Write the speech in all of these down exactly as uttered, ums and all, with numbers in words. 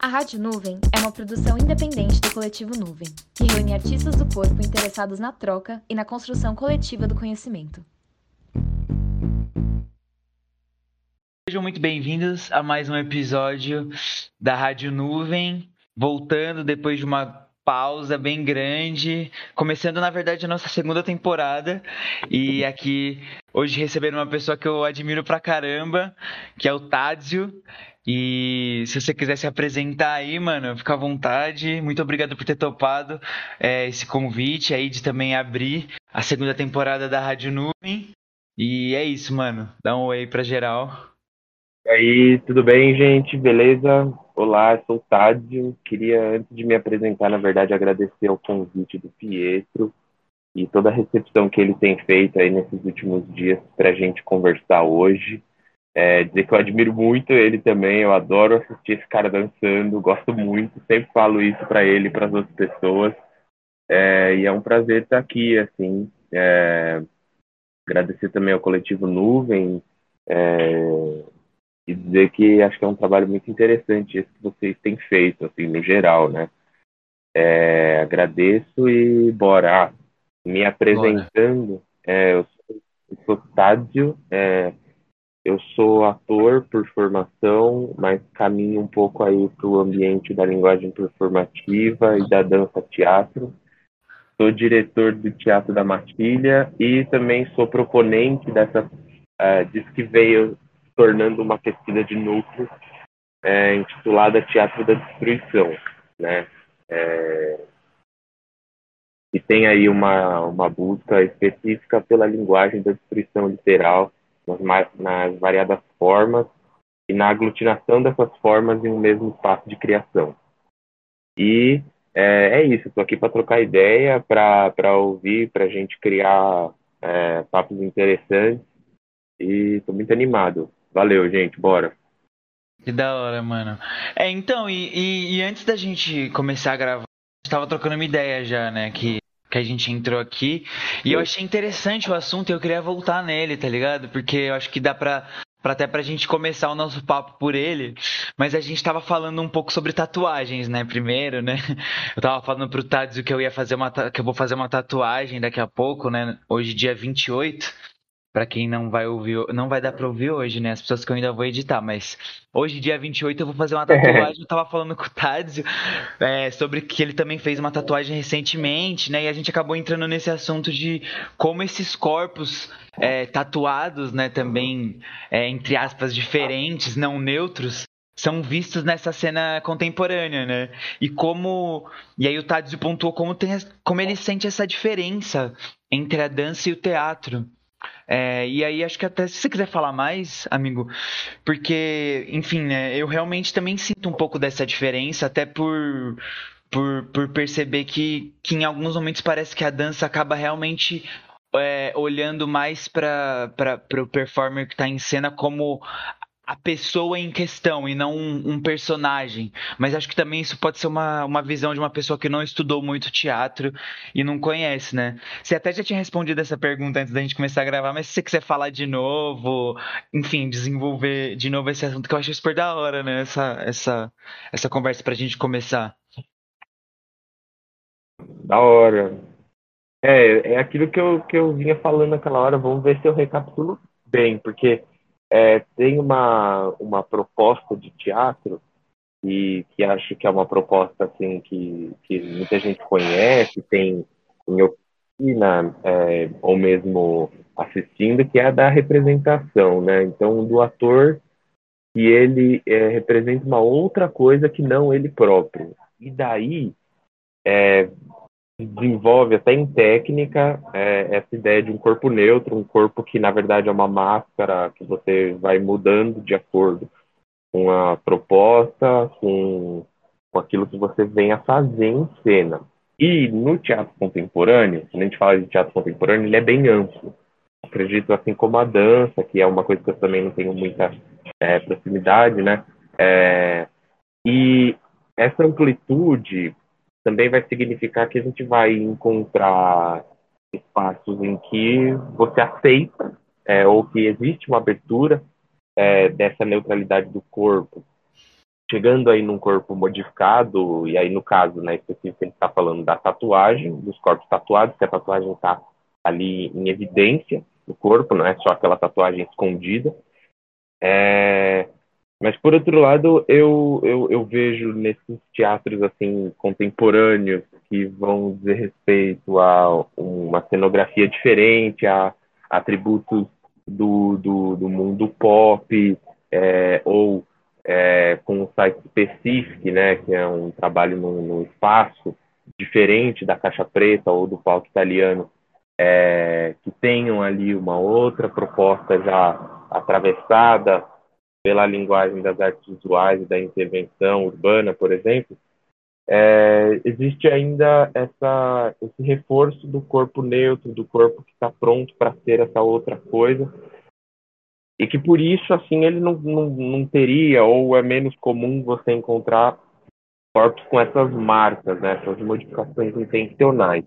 A Rádio Nuvem é uma produção independente do Coletivo Nuvem, que reúne artistas do corpo interessados na troca e na construção coletiva do conhecimento. Sejam muito bem-vindos a mais um episódio da Rádio Nuvem, voltando depois de uma pausa bem grande, começando, na verdade, a nossa segunda temporada, e aqui hoje recebendo uma pessoa que eu admiro pra caramba, que é o Tádzio. E se você quiser se apresentar aí, mano, fica à vontade. Muito obrigado por ter topado é, esse convite aí de também abrir a segunda temporada da Rádio Nuvem. E é isso, mano. Dá um oi pra geral. E aí, tudo bem, gente? Beleza? Olá, eu sou o Tádzio. Queria, antes de me apresentar, na verdade, agradecer ao convite do Pietro e toda a recepção que ele tem feito aí nesses últimos dias para a gente conversar hoje. É, dizer que eu admiro muito ele também, eu adoro assistir esse cara dançando, gosto muito, sempre falo isso para ele e para as outras pessoas. É, e é um prazer estar aqui, assim. É, agradecer também ao Coletivo Nuvem, é, e dizer que acho que é um trabalho muito interessante esse que vocês têm feito, assim, no geral, né? É, agradeço e bora. Ah, me Bora. apresentando, é, eu sou, eu sou Tádzio, é, eu sou ator por formação, mas caminho um pouco aí para o ambiente da linguagem performativa e da dança-teatro. Sou diretor do Teatro da Matilha e também sou proponente dessa, uh, disso que veio se tornando uma pesquisa de núcleo é, intitulada Teatro da Destruição, né? É, e tem aí uma, uma busca específica pela linguagem da destruição literal nas, nas variadas formas e na aglutinação dessas formas em um mesmo espaço de criação. E é, é isso, estou aqui para trocar ideia, para ouvir, para a gente criar é, papos interessantes e estou muito animado. Valeu, gente, bora! Que da hora, mano. É, então, e, e, e antes da gente começar a gravar, a gente tava trocando uma ideia já, né? Que, que a gente entrou aqui. E eu achei interessante o assunto e eu queria voltar nele, tá ligado? Porque eu acho que dá pra, pra até pra gente começar o nosso papo por ele. Mas a gente tava falando um pouco sobre tatuagens, né? Primeiro, né? Eu tava falando pro Tádzio que eu ia fazer uma, que eu vou fazer uma tatuagem daqui a pouco, né? Hoje, dia vinte e oito. Pra quem não vai ouvir, não vai dar pra ouvir hoje, né? As pessoas que eu ainda vou editar, mas hoje, dia vinte e oito, eu vou fazer uma tatuagem. Eu tava falando com o Tádzio é, sobre que ele também fez uma tatuagem recentemente, né? E a gente acabou entrando nesse assunto de como esses corpos é, tatuados, né, também, é, entre aspas, diferentes, não neutros, são vistos nessa cena contemporânea, né? E como. E aí o Tádzio pontuou como, tem, como ele sente essa diferença entre a dança e o teatro. É, e aí acho que até se você quiser falar mais, amigo, porque, enfim, né, eu realmente também sinto um pouco dessa diferença, até por, por, por perceber que, que em alguns momentos parece que a dança acaba realmente é, olhando mais para o performer que está em cena como a pessoa em questão e não um, um personagem. Mas acho que também isso pode ser uma, uma visão de uma pessoa que não estudou muito teatro e não conhece, né? Você até já tinha respondido essa pergunta antes da gente começar a gravar, mas se você quiser falar de novo, enfim, desenvolver de novo esse assunto que eu acho super da hora, né? Essa, essa, essa conversa pra gente começar. Da hora. É, é aquilo que eu, que eu vinha falando naquela hora, vamos ver se eu recapitulo bem, porque é, tem uma, uma proposta de teatro e que acho que é uma proposta assim que, que muita gente conhece, tem em oficina é, ou mesmo assistindo, que é a da representação, né? Então, do ator que ele é, representa uma outra coisa que não ele próprio. E daí é, desenvolve até em técnica é, essa ideia de um corpo neutro, um corpo que na verdade é uma máscara que você vai mudando de acordo com a proposta, com, com aquilo que você vem a fazer em cena. E no teatro contemporâneo, quando a gente fala de teatro contemporâneo, ele é bem amplo. Acredito, assim como a dança, que é uma coisa que eu também não tenho muita é, proximidade, né? É, e essa amplitude também vai significar que a gente vai encontrar espaços em que você aceita é, ou que existe uma abertura é, dessa neutralidade do corpo chegando aí num corpo modificado, e aí no caso, né, específico, ele está falando da tatuagem, dos corpos tatuados, que a tatuagem está ali em evidência no corpo, não é só aquela tatuagem escondida. É, mas, por outro lado, eu, eu, eu vejo nesses teatros assim contemporâneos que vão dizer respeito a uma cenografia diferente, a atributos do, do, do mundo pop, é, ou é, com um site específico, né, que é um trabalho num, num espaço diferente da caixa preta ou do palco italiano, é, que tenham ali uma outra proposta já atravessada pela linguagem das artes visuais e da intervenção urbana, por exemplo, é, existe ainda essa, esse reforço do corpo neutro, do corpo que está pronto para ser essa outra coisa, e que por isso, assim, ele não, não, não teria, ou é menos comum você encontrar corpos com essas marcas, né, essas modificações intencionais.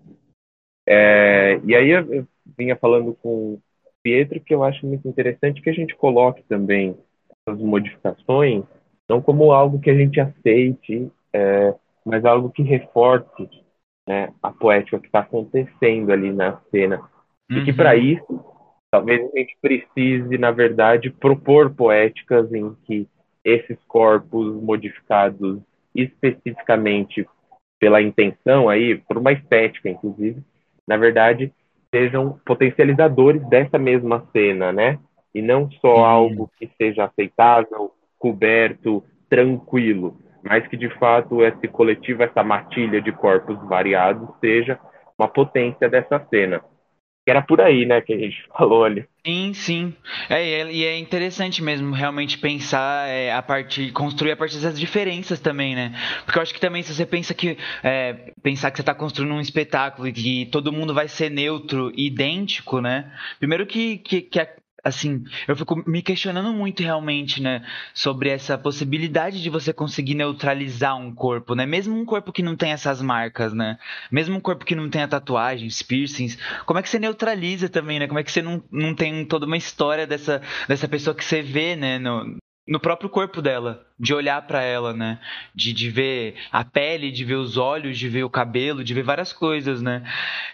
É, e aí eu, eu vinha falando com o Pietro que eu acho muito interessante que a gente coloque também essas modificações não como algo que a gente aceite, é, mas algo que reforce, né, a poética que está acontecendo ali na cena. E que para Uhum. isso, talvez a gente precise, na verdade, propor poéticas em que esses corpos modificados especificamente pela intenção aí, por uma estética, inclusive, na verdade, sejam potencializadores dessa mesma cena, né? E não só Sim. algo que seja aceitável, coberto, tranquilo, mas que de fato esse coletivo, essa matilha de corpos variados, seja uma potência dessa cena. Que era por aí, né, que a gente falou ali. Sim, sim. É, e é, e é interessante mesmo realmente pensar é, a partir, construir a partir das diferenças também, né? Porque eu acho que também se você pensa que é, pensar que você está construindo um espetáculo e que todo mundo vai ser neutro e idêntico, né? Primeiro que, que, que a- assim, eu fico me questionando muito realmente, né, sobre essa possibilidade de você conseguir neutralizar um corpo, né? Mesmo um corpo que não tem essas marcas, né? Mesmo um corpo que não tenha tatuagens, piercings, como é que você neutraliza também, né? Como é que você não, não tem toda uma história dessa, dessa pessoa que você vê, né? No, no próprio corpo dela, de olhar pra ela, né? De, de ver a pele, de ver os olhos, de ver o cabelo, de ver várias coisas, né?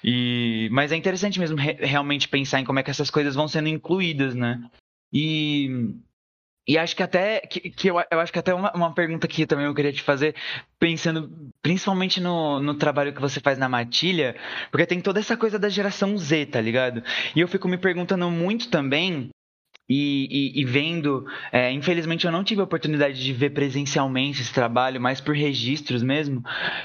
E, mas é interessante mesmo re- realmente pensar em como é que essas coisas vão sendo incluídas, né? E e acho que até que, que eu, eu acho que até uma, uma pergunta que também eu queria te fazer, pensando principalmente no, no trabalho que você faz na Matilha, porque tem toda essa coisa da geração Z, tá ligado? E eu fico me perguntando muito também. E, e- e vendo, é, infelizmente eu não tive a oportunidade de ver presencialmente esse trabalho, mais por registros mesmo,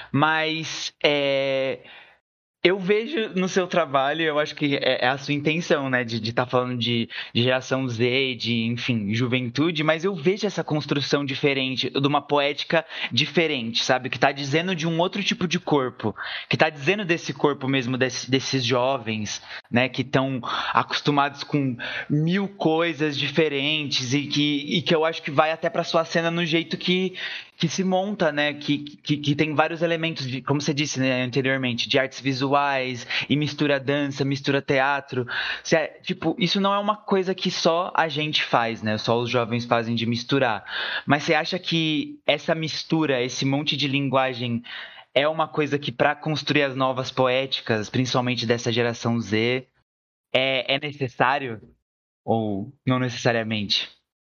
mas é, eu vejo no seu trabalho, eu acho que é, é a sua intenção, né, de estar falando de, de geração Z, de, enfim, juventude, mas eu vejo essa construção diferente, de uma poética diferente, sabe? Que está dizendo de um outro tipo de corpo, que está dizendo desse corpo mesmo, desse, desses jovens, né, que estão acostumados com mil coisas diferentes e que, e que eu acho que vai até para sua cena no jeito que que se monta, né? Que, que, que tem vários elementos, de, como você disse, né, anteriormente, de artes visuais e mistura dança, mistura teatro. Se é- tipo, isso não é uma coisa que só a gente faz, né? Só os jovens fazem de misturar. Mas você acha que essa mistura, esse monte de linguagem é uma coisa que para construir as novas poéticas, principalmente dessa geração Z, é, é necessário ou não necessariamente?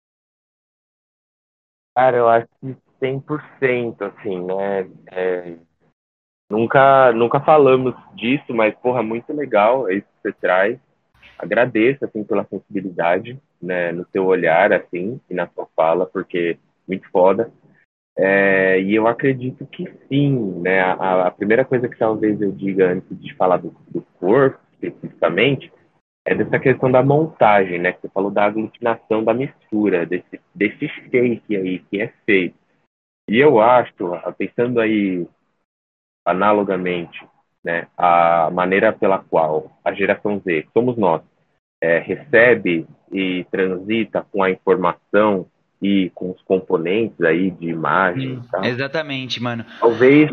Cara, eu acho que cem por cento, assim, né? É, nunca, nunca falamos disso, mas, porra, muito legal isso que você traz. Agradeço, assim, pela sensibilidade, né, no teu olhar, assim, e na sua fala, porque muito foda. É, e eu acredito que sim, né? A, a primeira coisa que talvez eu diga antes de falar do, do corpo, especificamente, é dessa questão da montagem, né? Que você falou da aglutinação, da mistura, desse, desse shake aí que é feito. E eu acho, pensando aí analogamente, né, a maneira pela qual a geração Z, que somos nós, é, recebe e transita com a informação e com os componentes aí de imagem Sim, e tal, exatamente, mano. talvez,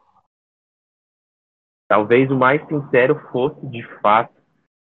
talvez o mais sincero fosse, de fato,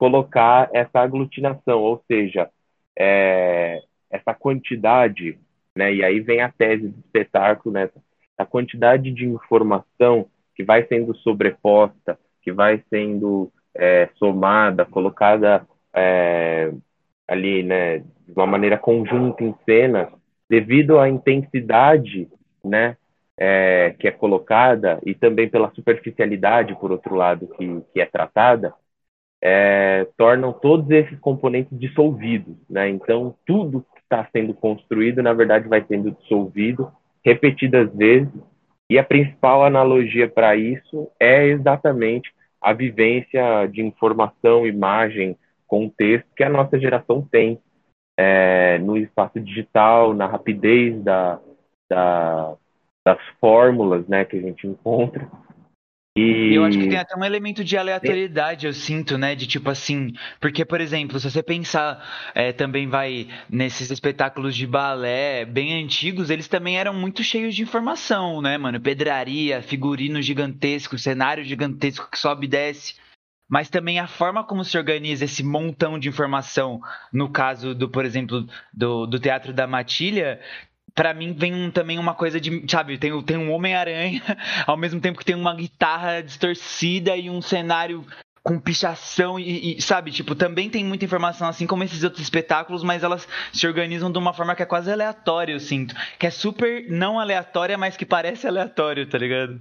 colocar essa aglutinação, ou seja, é, essa quantidade. né? E aí vem a tese do espetáculo, né? A quantidade de informação que vai sendo sobreposta, que vai sendo é, somada, colocada é, ali, né, de uma maneira conjunta em cena, devido à intensidade, né, é, que é colocada e também pela superficialidade, por outro lado, que, que é tratada, é, tornam todos esses componentes dissolvidos, né? Então, tudo que está sendo construído, na verdade, vai sendo dissolvido repetidas vezes, e a principal analogia para isso é exatamente a vivência de informação, imagem, contexto que a nossa geração tem é, no espaço digital, na rapidez da, da, das fórmulas, né, que a gente encontra. E eu acho que tem E até um elemento de aleatoriedade, eu sinto, né? De tipo assim. Porque, por exemplo, se você pensar é, também vai nesses espetáculos de balé bem antigos, eles também eram muito cheios de informação, né, mano? Pedraria, figurino gigantesco, cenário gigantesco que sobe e desce. Mas também a forma como se organiza esse montão de informação, no caso do, por exemplo, do, do Teatro da Matilha, pra mim vem um, também uma coisa de, sabe, tem, tem um Homem-Aranha, ao mesmo tempo que tem uma guitarra distorcida e um cenário com pichação e, e, sabe, tipo, também tem muita informação, assim como esses outros espetáculos, mas elas se organizam de uma forma que é quase aleatória, eu sinto. Que é super não aleatória, mas que parece aleatório, tá ligado?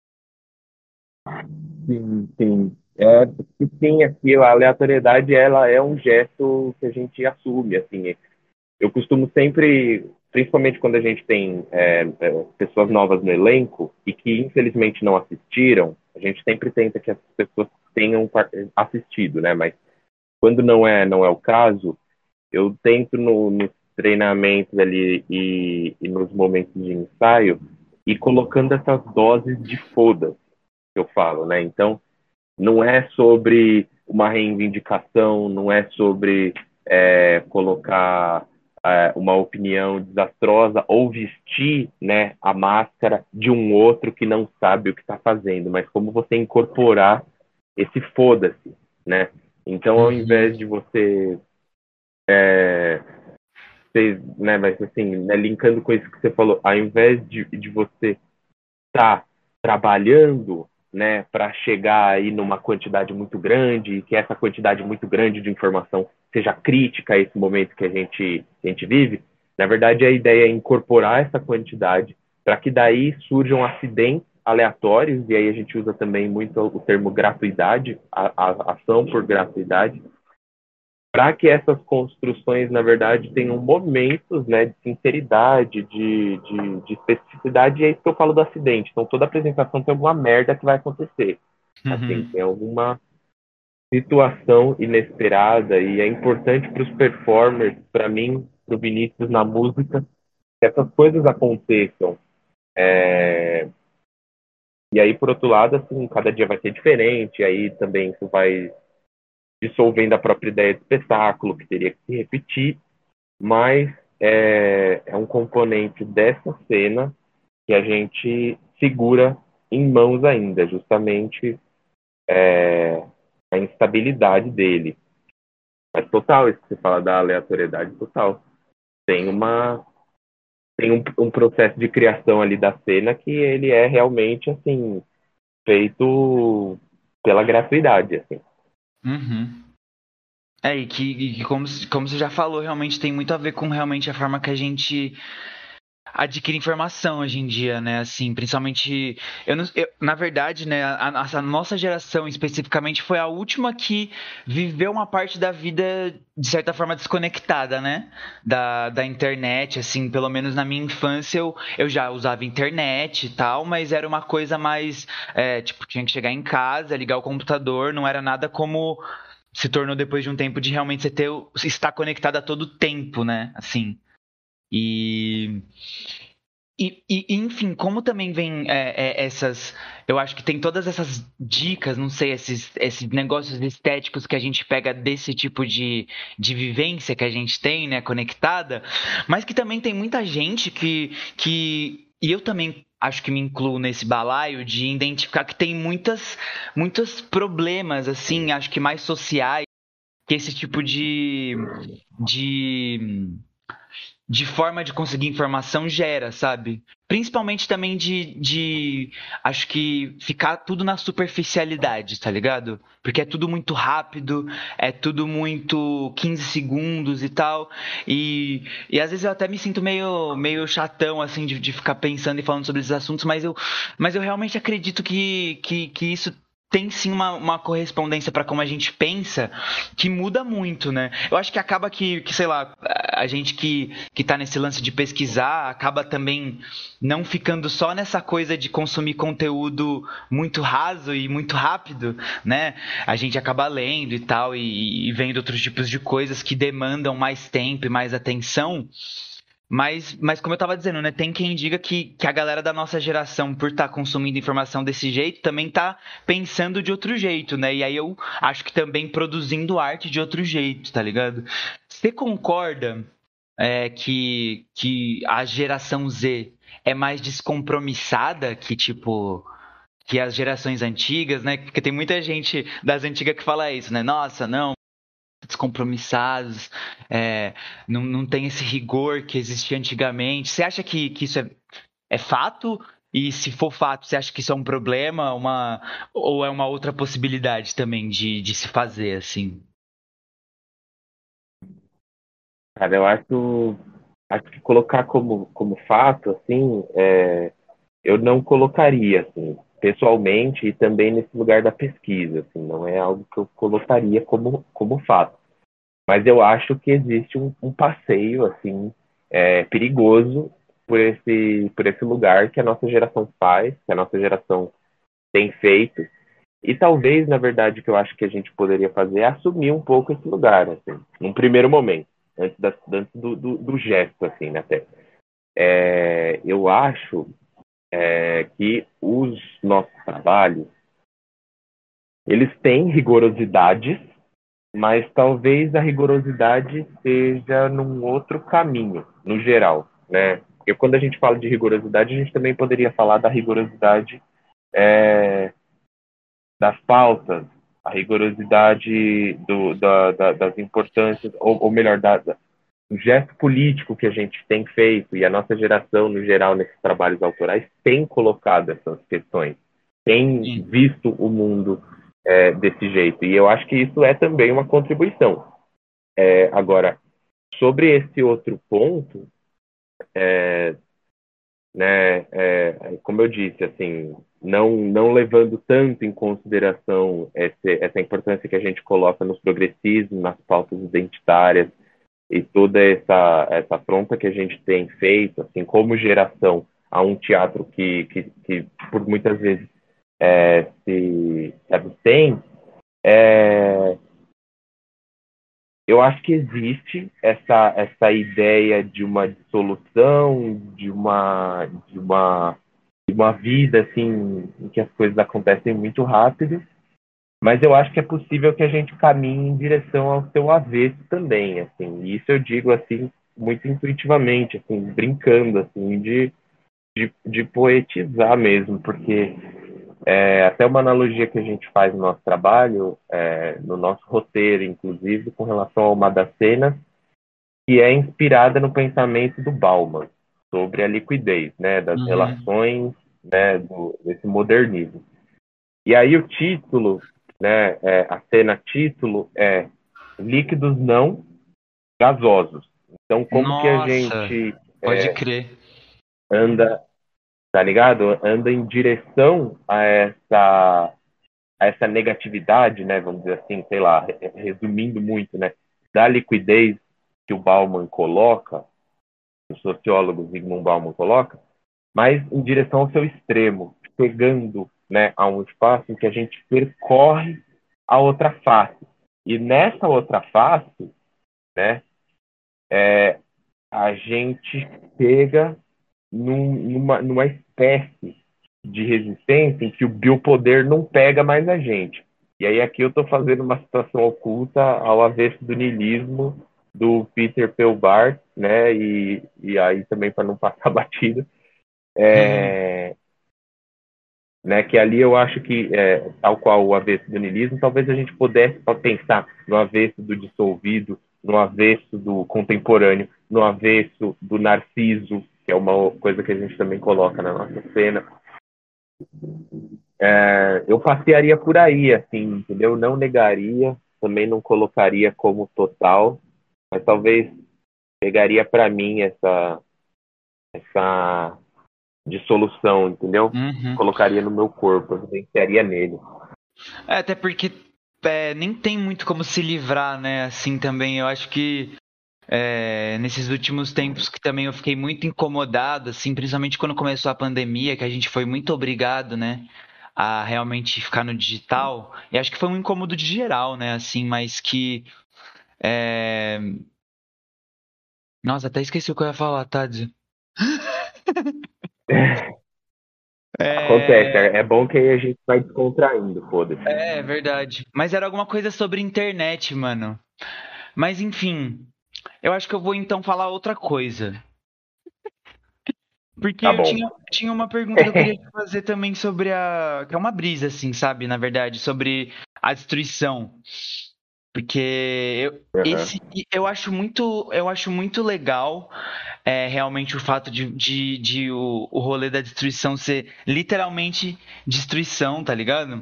sim, sim. É, que sim, aqui a aleatoriedade ela é um gesto que a gente assume, assim. Eu costumo sempre, principalmente quando a gente tem é, é, pessoas novas no elenco e que infelizmente não assistiram, a gente sempre tenta que as pessoas tenham assistido, né? Mas quando não é não é o caso, eu tento no, nos treinamentos ali e, e nos momentos de ensaio e colocando essas doses de foda que eu falo, né? Então não é sobre uma reivindicação, não é sobre é, colocar é, uma opinião desastrosa ou vestir, né, a máscara de um outro que não sabe o que está fazendo, mas como você incorporar esse foda-se, né? Então, ao Uhum. invés de você, é, ser, né, mas assim, né, linkando com isso que você falou, ao invés de, de você está trabalhando, né, para chegar aí numa quantidade muito grande e que essa quantidade muito grande de informação seja crítica a esse momento que a gente, que a gente vive, na verdade a ideia é incorporar essa quantidade para que daí surjam acidentes aleatórios, e aí a gente usa também muito o termo gratuidade, a, a ação por gratuidade, para que essas construções, na verdade, tenham momentos, né, de sinceridade, de, de, de especificidade, e é isso que eu falo do acidente. Então, toda apresentação tem alguma merda que vai acontecer. Assim, Uhum. tem alguma situação inesperada, e é importante para os performers, para mim, para o Vinícius na música, que essas coisas aconteçam. É... E aí, por outro lado, assim, cada dia vai ser diferente, e aí também isso vai dissolvendo a própria ideia de espetáculo, que teria que se repetir, mas é, é um componente dessa cena que a gente segura em mãos ainda, justamente é, a instabilidade dele. Mas total, isso que você fala da aleatoriedade, total. Tem uma tem um, um processo de criação ali da cena que ele é realmente assim feito pela gratuidade, assim. Uhum. É, e que, e que como, como você já falou, realmente tem muito a ver com realmente a forma que a gente adquire informação hoje em dia, né? Assim, principalmente, eu, não, eu na verdade, né, a, a, nossa geração especificamente foi a última que viveu uma parte da vida de certa forma desconectada, né? Da, da internet, assim, pelo menos na minha infância eu, eu já usava internet e tal, mas era uma coisa mais, é, tipo, tinha que chegar em casa, ligar o computador, não era nada como se tornou depois de um tempo de realmente você ter, estar conectado a todo tempo, né? Assim. E, e, e, enfim, como também vem é, é, essas. Eu acho que tem todas essas dicas, não sei, esses, esses negócios estéticos que a gente pega desse tipo de, de vivência que a gente tem, né, conectada, mas que também tem muita gente que. que e eu também acho que me incluo nesse balaio de identificar que tem muitas, muitos problemas, assim, acho que mais sociais, que esse tipo de. de de forma de conseguir informação gera, sabe? Principalmente também de, de, acho que ficar tudo na superficialidade, tá ligado? Porque é tudo muito rápido, é tudo muito quinze segundos e tal. E, e às vezes eu até me sinto meio, meio chatão, assim, de, de ficar pensando e falando sobre esses assuntos, mas eu, mas eu realmente acredito que, que, que isso tem sim uma, uma correspondência para como a gente pensa que muda muito, né? Eu acho que acaba que, que sei lá, a gente que, que tá nesse lance de pesquisar acaba também não ficando só nessa coisa de consumir conteúdo muito raso e muito rápido, né? A gente acaba lendo e tal e, e vendo outros tipos de coisas que demandam mais tempo e mais atenção. Mas, mas como eu tava dizendo, né? Tem quem diga que, que a galera da nossa geração, por estar consumindo informação desse jeito, também tá pensando de outro jeito, né? E aí eu acho que também produzindo arte de outro jeito, tá ligado? Você concorda é, que, que a geração Z é mais descompromissada que, tipo, que as gerações antigas, né? Porque tem muita gente das antigas que fala isso, né? Nossa, não, descompromissados, é, não, não tem esse rigor que existia antigamente. Você acha que, que isso é, é fato? E se for fato, você acha que isso é um problema, uma, ou é uma outra possibilidade também de, de se fazer, assim? Cara, eu acho, acho que colocar como, como fato, assim, é, eu não colocaria, assim, pessoalmente e também nesse lugar da pesquisa, assim, não é algo que eu colocaria como, como fato. Mas eu acho que existe um, um passeio, assim, é, perigoso por esse, por esse lugar que a nossa geração faz, que a nossa geração tem feito. E talvez, na verdade, o que eu acho que a gente poderia fazer é assumir um pouco esse lugar, assim, num primeiro momento, antes, da, antes do, do, do gesto, assim, né, até. É, eu acho é, que os nossos trabalhos, eles têm rigorosidades, mas talvez a rigorosidade seja num outro caminho, no geral, né? Porque quando a gente fala de rigorosidade, a gente também poderia falar da rigorosidade é, das pautas, a rigorosidade do, da, da, das importâncias, ou, ou melhor, da, da, do gesto político que a gente tem feito, e a nossa geração, no geral, nesses trabalhos autorais, tem colocado essas questões, tem Sim. visto o mundo é, desse jeito. E eu acho que isso é também uma contribuição. É, agora, sobre esse outro ponto, é, né, é, como eu disse, assim, não, não levando tanto em consideração esse, essa importância que a gente coloca nos progressismos, nas pautas identitárias e toda essa, essa afronta que a gente tem feito, assim, como geração, a um teatro que, que, que por muitas vezes é, se, se abstém, é, eu acho que existe essa, essa ideia de uma dissolução, de uma, de uma, de uma vida assim, em que as coisas acontecem muito rápido, mas eu acho que é possível que a gente caminhe em direção ao seu avesso também, assim. E isso eu digo assim muito intuitivamente, assim, brincando, assim, de, de, de poetizar mesmo, porque é, até uma analogia que a gente faz no nosso trabalho, é, no nosso roteiro, inclusive, com relação a uma das cenas, que é inspirada no pensamento do Bauman sobre a liquidez, né, das Uhum. relações, né, do, desse modernismo. E aí o título, né, é, a cena título é líquidos não gasosos. Então, como que a Nossa, gente pode é, crer. anda, tá ligado? Anda em direção a essa a essa negatividade, né, vamos dizer assim, sei lá, resumindo muito, né, da liquidez que o Bauman coloca, o sociólogo Zygmunt Bauman coloca, mas em direção ao seu extremo, chegando, né, a um espaço em que a gente percorre a outra face. E nessa outra face, né, é, a gente chega num, numa, numa espécie de resistência em que o biopoder não pega mais a gente. E aí aqui eu estou fazendo uma situação oculta ao avesso do niilismo do Peter Pelbart, né? E, e aí também para não passar batido, Uhum. é, né? Que ali eu acho que é, tal qual o avesso do niilismo, talvez a gente pudesse pensar no avesso do dissolvido, no avesso do contemporâneo, no avesso do Narciso, que é uma coisa que a gente também coloca na nossa cena. É, eu passearia por aí, assim, entendeu? Não negaria, também não colocaria como total, mas talvez pegaria para mim essa, essa dissolução, entendeu? Uhum. Colocaria no meu corpo, eu vivenciaria nele. É, até porque é, nem tem muito como se livrar, né? Assim também. Eu acho que é, nesses últimos tempos que também eu fiquei muito incomodado, assim, principalmente quando começou a pandemia, que a gente foi muito obrigado, né? A realmente ficar no digital. E acho que foi um incômodo de geral, né? Assim, mas que. É... Nossa, até esqueci o que eu ia falar, Tadzi. Acontece, É... é, é bom que aí a gente vai descontraindo, foda-se. é verdade. Mas era alguma coisa sobre internet, mano. Mas enfim, eu acho que eu vou então falar outra coisa. Porque Tá eu bom. tinha, tinha uma pergunta que eu queria te fazer também sobre a. Que é uma brisa, assim, sabe? Na verdade, sobre a destruição. Porque eu, Uhum. esse, eu acho muito, eu acho muito legal é, realmente o fato de, de, de o, o rolê da destruição ser literalmente destruição, tá ligado?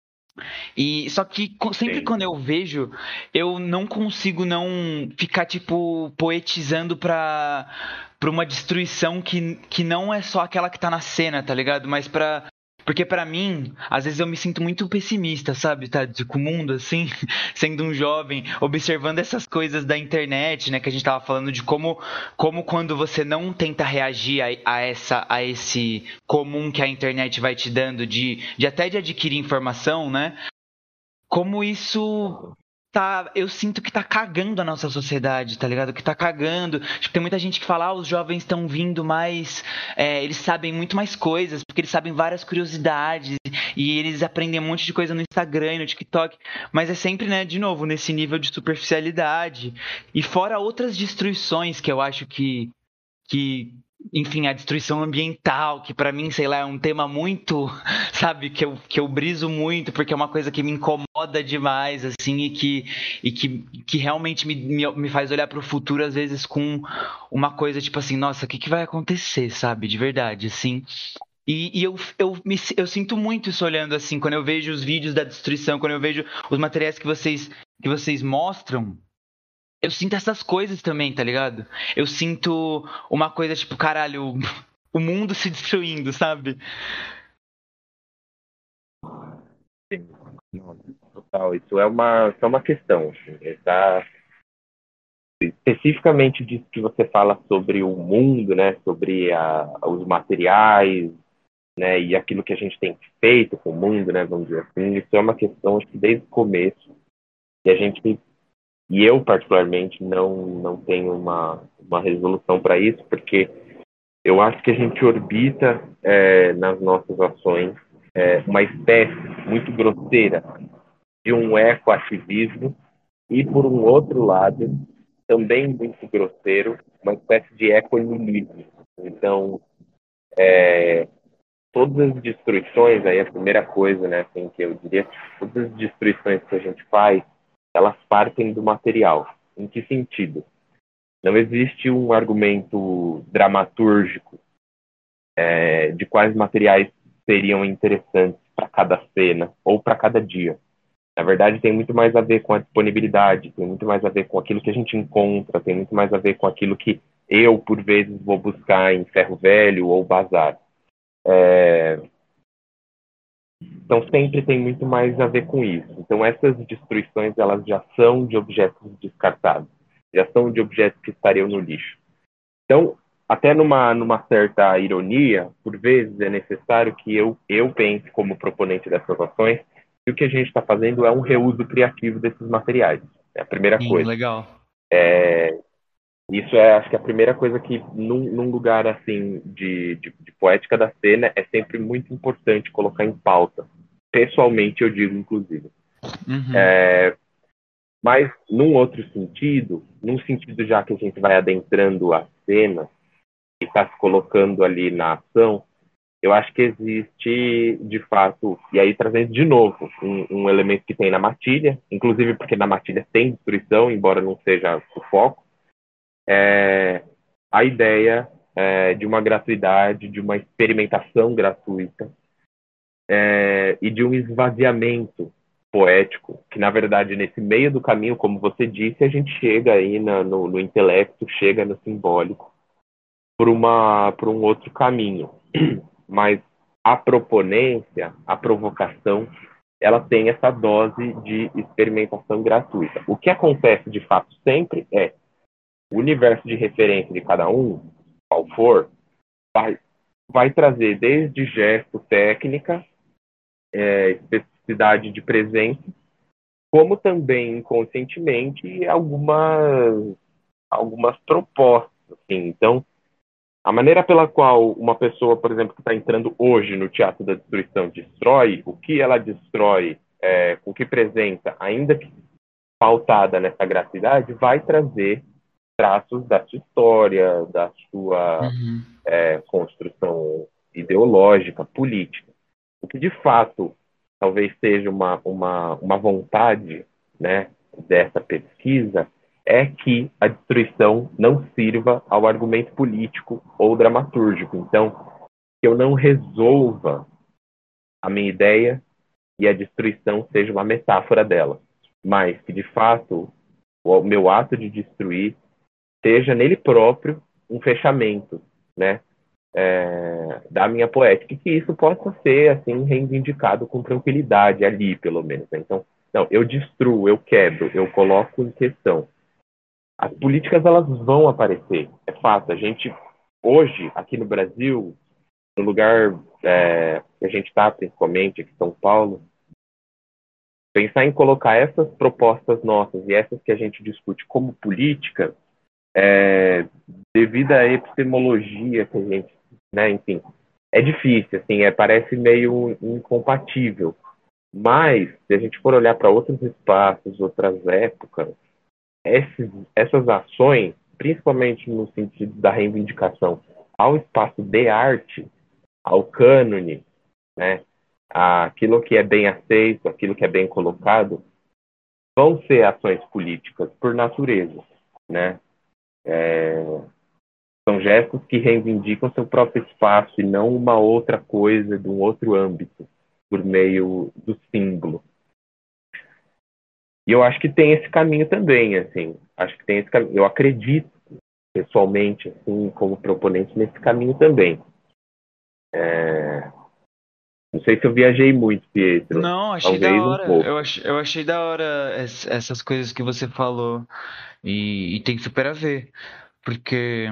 E só que co- sempre Sim. quando eu vejo, eu não consigo não ficar tipo poetizando pra, pra uma destruição que, que não é só aquela que tá na cena, tá ligado? Mas pra. Porque pra mim, às vezes eu me sinto muito pessimista, sabe, tá? Com o mundo, assim, sendo um jovem, observando essas coisas da internet, né? Que a gente tava falando de como, como quando você não tenta reagir a, a essa, a esse comum que a internet vai te dando de, de até de adquirir informação, né? Como isso tá, eu sinto que tá cagando a nossa sociedade, tá ligado? Que tá cagando. Tipo, tem muita gente que fala, ah, os jovens estão vindo mais, é, eles sabem muito mais coisas, porque eles sabem várias curiosidades e eles aprendem um monte de coisa no Instagram e no TikTok, mas é sempre, né, de novo, nesse nível de superficialidade. E fora outras destruições que eu acho que que, enfim, a destruição ambiental, que pra mim, sei lá, é um tema muito, sabe, que eu, que eu briso muito, porque é uma coisa que me incomoda demais, assim, e que, e que, que realmente me, me, me faz olhar pro futuro, às vezes, com uma coisa tipo assim, nossa, o que, que vai acontecer, sabe, de verdade, assim. E, e eu, eu, me, eu sinto muito isso olhando assim, quando eu vejo os vídeos da destruição, quando eu vejo os materiais que vocês, que vocês mostram. Eu sinto essas coisas também, tá ligado? Eu sinto uma coisa tipo, caralho, o mundo se destruindo, sabe? Sim. Não, total. Isso é uma, isso é uma questão. Assim, essa, especificamente disso que você fala sobre o mundo, né? Sobre a, os materiais, né? E aquilo que a gente tem feito com o mundo, né? Vamos dizer assim. Isso é uma questão, acho que desde o começo. E a gente, e eu particularmente, não, não tenho uma, uma resolução para isso, porque eu acho que a gente orbita é, nas nossas ações é, uma espécie muito grosseira de um ecoativismo e, por um outro lado, também muito grosseiro, uma espécie de econilismo. Então, é, todas as destruições, aí a primeira coisa, né, assim, que eu diria, todas as destruições que a gente faz, elas partem do material. Em que sentido? Não existe um argumento dramatúrgico é, de quais materiais seriam interessantes para cada cena ou para cada dia. Na verdade, tem muito mais a ver com a disponibilidade, tem muito mais a ver com aquilo que a gente encontra, tem muito mais a ver com aquilo que eu, por vezes, vou buscar em ferro velho ou bazar. É... Então, sempre tem muito mais a ver com isso. Então, essas destruições, elas já são de objetos descartados, já são de objetos que estariam no lixo. Então, até numa, numa certa ironia, por vezes é necessário que eu, eu pense, como proponente dessas ações, que o que a gente está fazendo é um reuso criativo desses materiais. É a primeira Sim, coisa. legal. É, isso é, acho que a primeira coisa que, num, num lugar assim de, de, de poética da cena, é sempre muito importante colocar em pauta. Pessoalmente, eu digo, inclusive. Uhum. É, mas, num outro sentido, num sentido já que a gente vai adentrando a cena, e está se colocando ali na ação, eu acho que existe, de fato, e aí trazendo de novo um, um elemento que tem na matilha, inclusive porque na matilha tem destruição, embora não seja o foco, é, a ideia é, de uma gratuidade, de uma experimentação gratuita é, e de um esvaziamento poético, que na verdade nesse meio do caminho, como você disse, a gente chega aí na, no, no intelecto, chega no simbólico, por, uma, por um outro caminho. Mas a proponência, a provocação, ela tem essa dose de experimentação gratuita. O que acontece de fato sempre é o universo de referência de cada um, qual for, vai, vai trazer desde gesto, técnica, é, especificidade de presença, como também inconscientemente algumas, algumas propostas. Assim. Então, a maneira pela qual uma pessoa, por exemplo, que está entrando hoje no Teatro da Destruição destrói, o que ela destrói, é, o que apresenta, ainda que pautada nessa gratuidade, vai trazer traços da sua história, da sua Uhum. é, construção ideológica, política. O que, de fato, talvez seja uma, uma, uma vontade, né, dessa pesquisa, é que a destruição não sirva ao argumento político ou dramatúrgico. Então, que eu não resolva a minha ideia e a destruição seja uma metáfora dela, mas que, de fato, o meu ato de destruir seja nele próprio um fechamento, né, é, da minha poética, e que isso possa ser assim reivindicado com tranquilidade ali, pelo menos. Né? Então, não, eu destruo, eu quebro, eu coloco em questão. As políticas elas vão aparecer, é fato. A gente hoje aqui no Brasil, no lugar é, que a gente está, principalmente aqui em São Paulo, pensar em colocar essas propostas nossas e essas que a gente discute como política, é, devido à epistemologia que a gente, né, enfim, é difícil, assim, é, parece meio incompatível. Mas, se a gente for olhar para outros espaços, outras épocas, esses, essas ações, principalmente no sentido da reivindicação ao espaço de arte, ao cânone, né, aquilo que é bem aceito, aquilo que é bem colocado, vão ser ações políticas por natureza, né? É, são gestos que reivindicam seu próprio espaço e não uma outra coisa de um outro âmbito, por meio do símbolo. E eu acho que tem esse caminho também, assim, acho que tem esse caminho. Eu acredito, pessoalmente, assim, como proponente, nesse caminho também. É... Não sei se eu viajei muito, Pietro. Não, achei da Talvez um hora. Eu pouco. achei, eu achei da hora es- essas coisas que você falou. E, e tem super a ver. Porque.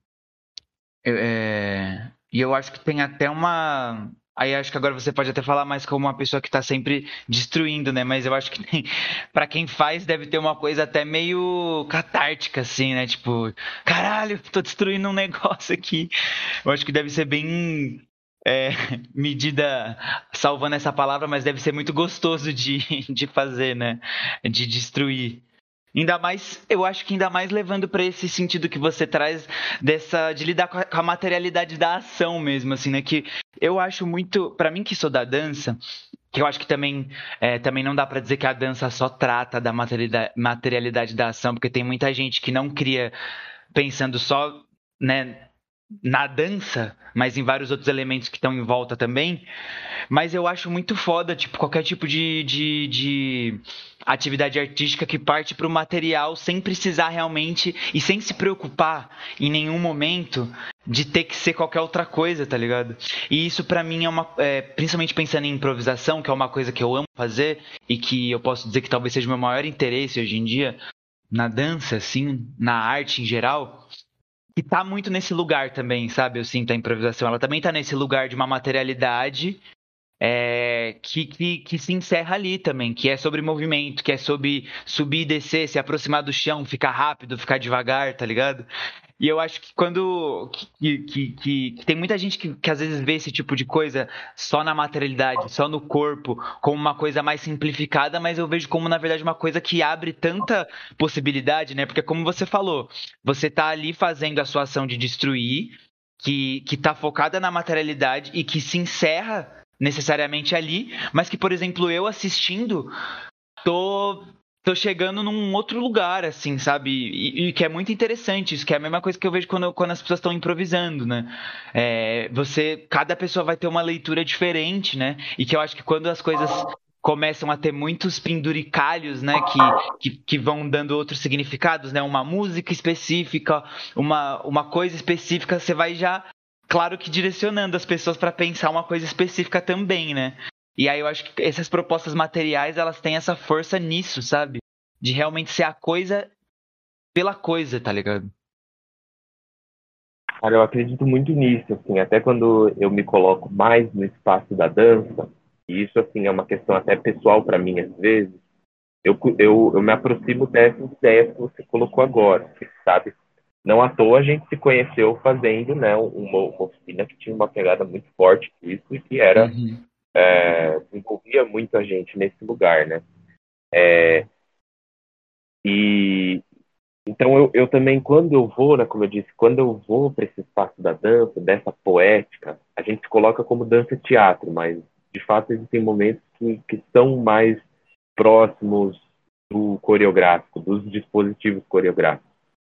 É, e eu acho que tem até uma. Aí acho que agora você pode até falar mais como uma pessoa que tá sempre destruindo, né? Mas eu acho que tem, para quem faz deve ter uma coisa até meio catártica, assim, né? Tipo, caralho, tô destruindo um negócio aqui. Eu acho que deve ser bem é, medida, salvando essa palavra, mas deve ser muito gostoso de, de fazer, né? De destruir. Ainda mais, eu acho que ainda mais levando para esse sentido que você traz dessa de lidar com a, com a materialidade da ação mesmo, assim, né? Que eu acho muito, para mim que sou da dança, que eu acho que também é, também não dá para dizer que a dança só trata da materialidade, materialidade da ação, porque tem muita gente que não cria pensando só, né, na dança, mas em vários outros elementos que estão em volta também. Mas eu acho muito foda, tipo, qualquer tipo de, de, de atividade artística que parte pro material sem precisar realmente e sem se preocupar em nenhum momento de ter que ser qualquer outra coisa, tá ligado? E isso pra mim é uma. É, principalmente pensando em improvisação, que é uma coisa que eu amo fazer e que eu posso dizer que talvez seja o meu maior interesse hoje em dia, na dança, assim, na arte em geral. Que tá muito nesse lugar também, sabe? Eu sinto a improvisação. Ela também tá nesse lugar de uma materialidade é, que, que, que se encerra ali também, que é sobre movimento, que é sobre subir e descer, se aproximar do chão, ficar rápido, ficar devagar, tá ligado? E eu acho que quando. Que, que, que, que tem muita gente que, que às vezes vê esse tipo de coisa só na materialidade, só no corpo, como uma coisa mais simplificada, mas eu vejo como, na verdade, uma coisa que abre tanta possibilidade, né? Porque, como você falou, você tá ali fazendo a sua ação de destruir, que, que tá focada na materialidade e que se encerra necessariamente ali, mas que, por exemplo, eu assistindo, tô tô chegando num outro lugar, assim, sabe? E, e que é muito interessante isso, que é a mesma coisa que eu vejo quando, quando as pessoas estão improvisando, né? É, você, cada pessoa vai ter uma leitura diferente, né? E que eu acho que quando as coisas começam a ter muitos penduricalhos, né? Que, que, que vão dando outros significados, né? Uma música específica, uma, uma coisa específica, você vai já, claro que direcionando as pessoas para pensar uma coisa específica também, né? E aí eu acho que essas propostas materiais, elas têm essa força nisso, sabe? De realmente ser a coisa pela coisa, tá ligado? Cara, eu acredito muito nisso, assim, até quando eu me coloco mais no espaço da dança, e isso, assim, é uma questão até pessoal para mim, às vezes, eu, eu, eu me aproximo dessas ideias que você colocou agora, sabe? Não à toa a gente se conheceu fazendo, né, uma, uma oficina que tinha uma pegada muito forte com isso e que era, Uhum. é, envolvia muito a gente nesse lugar, né? E então eu, eu também, quando eu vou, né, como eu disse, quando eu vou para esse espaço da dança, dessa poética, a gente se coloca como dança-teatro, mas de fato existem momentos que, que são mais próximos do coreográfico, dos dispositivos coreográficos.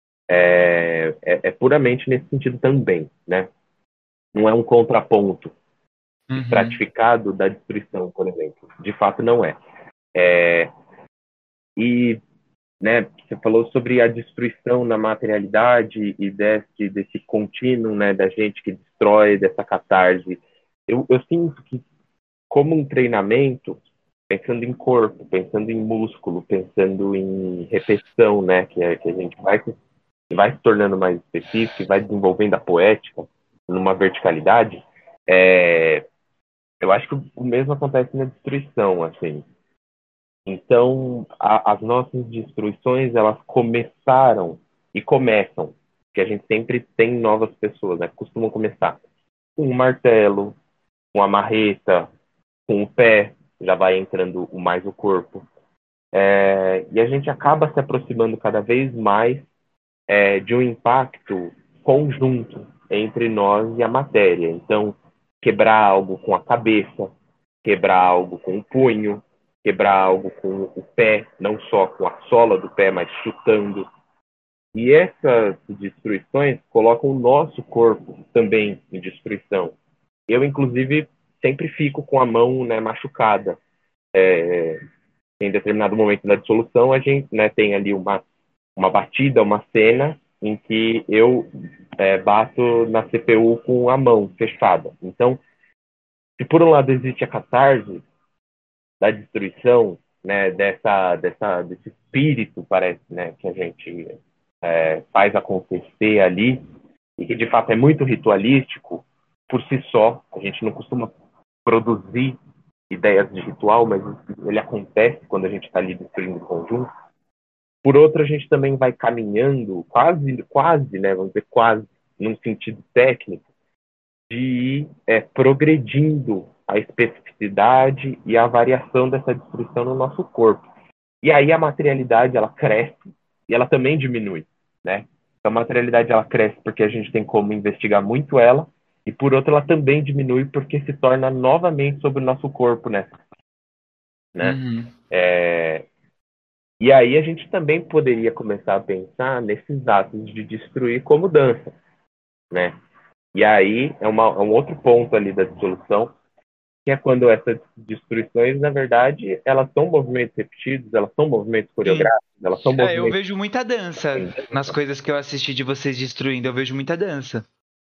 É, é, é puramente nesse sentido também, né? Não é um contraponto Uhum. estratificado da destruição, por exemplo. De fato, não é. é e né, você falou sobre a destruição na materialidade e desse, desse contínuo, né, da gente que destrói, dessa catarse. Eu, eu sinto que, como um treinamento, pensando em corpo, pensando em músculo, pensando em repetição, né, que, é, que a gente vai, vai se tornando mais específico e vai desenvolvendo a poética numa verticalidade, é, eu acho que o mesmo acontece na destruição, assim. Então, a, as nossas destruições, elas começaram e começam, que a gente sempre tem novas pessoas, né? Costumam começar com um martelo, com a marreta, com o pé, já vai entrando mais o corpo. É, e a gente acaba se aproximando cada vez mais é, de um impacto conjunto entre nós e a matéria. Então, quebrar algo com a cabeça, quebrar algo com o punho, quebrar algo com o pé, não só com a sola do pé, mas chutando. E essas destruições colocam o nosso corpo também em destruição. Eu, inclusive, sempre fico com a mão, né, machucada. É, em determinado momento da dissolução, a gente, né, tem ali uma, uma batida, uma cena em que eu é, bato na C P U com a mão fechada. Então, se por um lado existe a catarse da destruição, né, dessa, dessa, desse espírito, parece, né, que a gente é, faz acontecer ali, e que de fato é muito ritualístico, por si só, a gente não costuma produzir ideias de ritual, mas ele acontece quando a gente está ali destruindo o conjunto. Por outro, a gente também vai caminhando, quase, quase, né, vamos dizer quase, num sentido técnico, de ir é, progredindo a especificidade e a variação dessa destruição no nosso corpo. E aí a materialidade, ela cresce e ela também diminui, né? Então, a materialidade, ela cresce porque a gente tem como investigar muito ela, e por outro, ela também diminui porque se torna novamente sobre o nosso corpo, né? né? Uhum. É... E aí a gente também poderia começar a pensar nesses atos de destruir como dança, né? E aí é, uma, é um outro ponto ali da dissolução, que é quando essas destruições, na verdade, elas são movimentos repetidos, elas são movimentos Sim. coreográficos, elas são É, eu movimentos vejo muita dança em nas dança. coisas que eu assisti de vocês destruindo, eu vejo muita dança.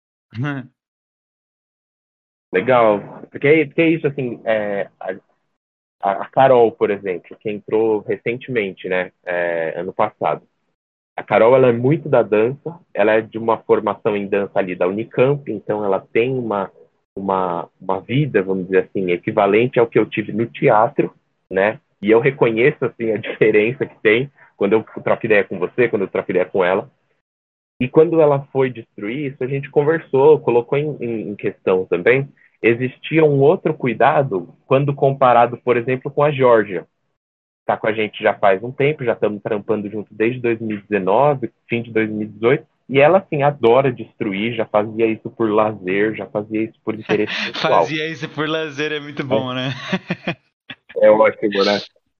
Legal. Porque, porque é isso, assim, é, a, a Carol, por exemplo, que entrou recentemente, né, é, ano passado. A Carol, ela é muito da dança, ela é de uma formação em dança ali da Unicamp, então ela tem uma, uma, uma vida, vamos dizer assim, equivalente ao que eu tive no teatro, né? E eu reconheço, assim, a diferença que tem quando eu troco ideia com você, quando eu troco ideia com ela. E quando ela foi destruir isso, a gente conversou, colocou em, em, em questão também. Existia um outro cuidado quando comparado, por exemplo, com a Geórgia. Está com a gente já faz um tempo, já estamos trampando junto desde dois mil e dezenove, fim de dois mil e dezoito, e ela, assim, adora destruir, já fazia isso por lazer, já fazia isso por interesse pessoal. Fazia isso por lazer, é muito Né? bom, né? É ótimo, né?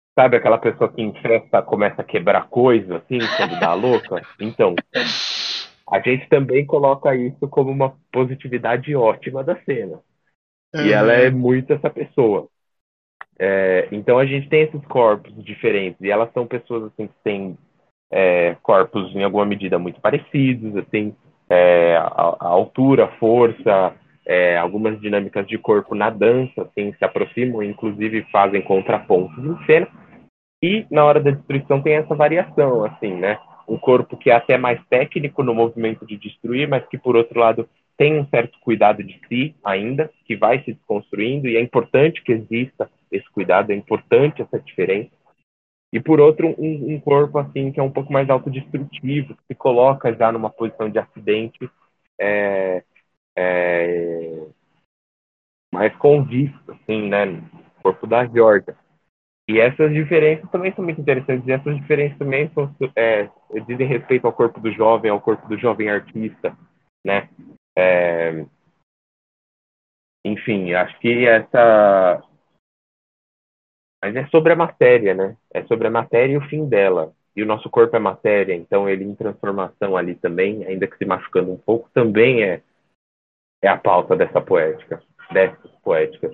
Sabe aquela pessoa que em festa começa a quebrar coisa, assim, quando dá a louca? Então, a gente também coloca isso como uma positividade ótima da cena. E ela é Aham. muito essa pessoa. É, então a gente tem esses corpos diferentes. E elas são pessoas assim que têm é, corpos em alguma medida muito parecidos, assim, é, a, a altura, a força, é, algumas dinâmicas de corpo na dança, assim, se aproximam, inclusive fazem contrapontos em cena. E na hora da destruição tem essa variação, assim, né? Um corpo que é até mais técnico no movimento de destruir, mas que, por outro lado, tem um certo cuidado de si ainda, que vai se desconstruindo, e é importante que exista esse cuidado, é importante essa diferença. E, por outro, um, um corpo, assim, que é um pouco mais autodestrutivo, que se coloca já numa posição de acidente é, é, mais convicto, assim, né? O corpo da Georgia. E essas diferenças também são muito interessantes. E essas diferenças também são, é, dizem respeito ao corpo do jovem, ao corpo do jovem artista, né? É, enfim, acho que essa... Mas é sobre a matéria, né? É sobre a matéria e o fim dela. E o nosso corpo é matéria, então ele em transformação ali também, ainda que se machucando um pouco, também é, é a pauta dessa poética, dessas poéticas.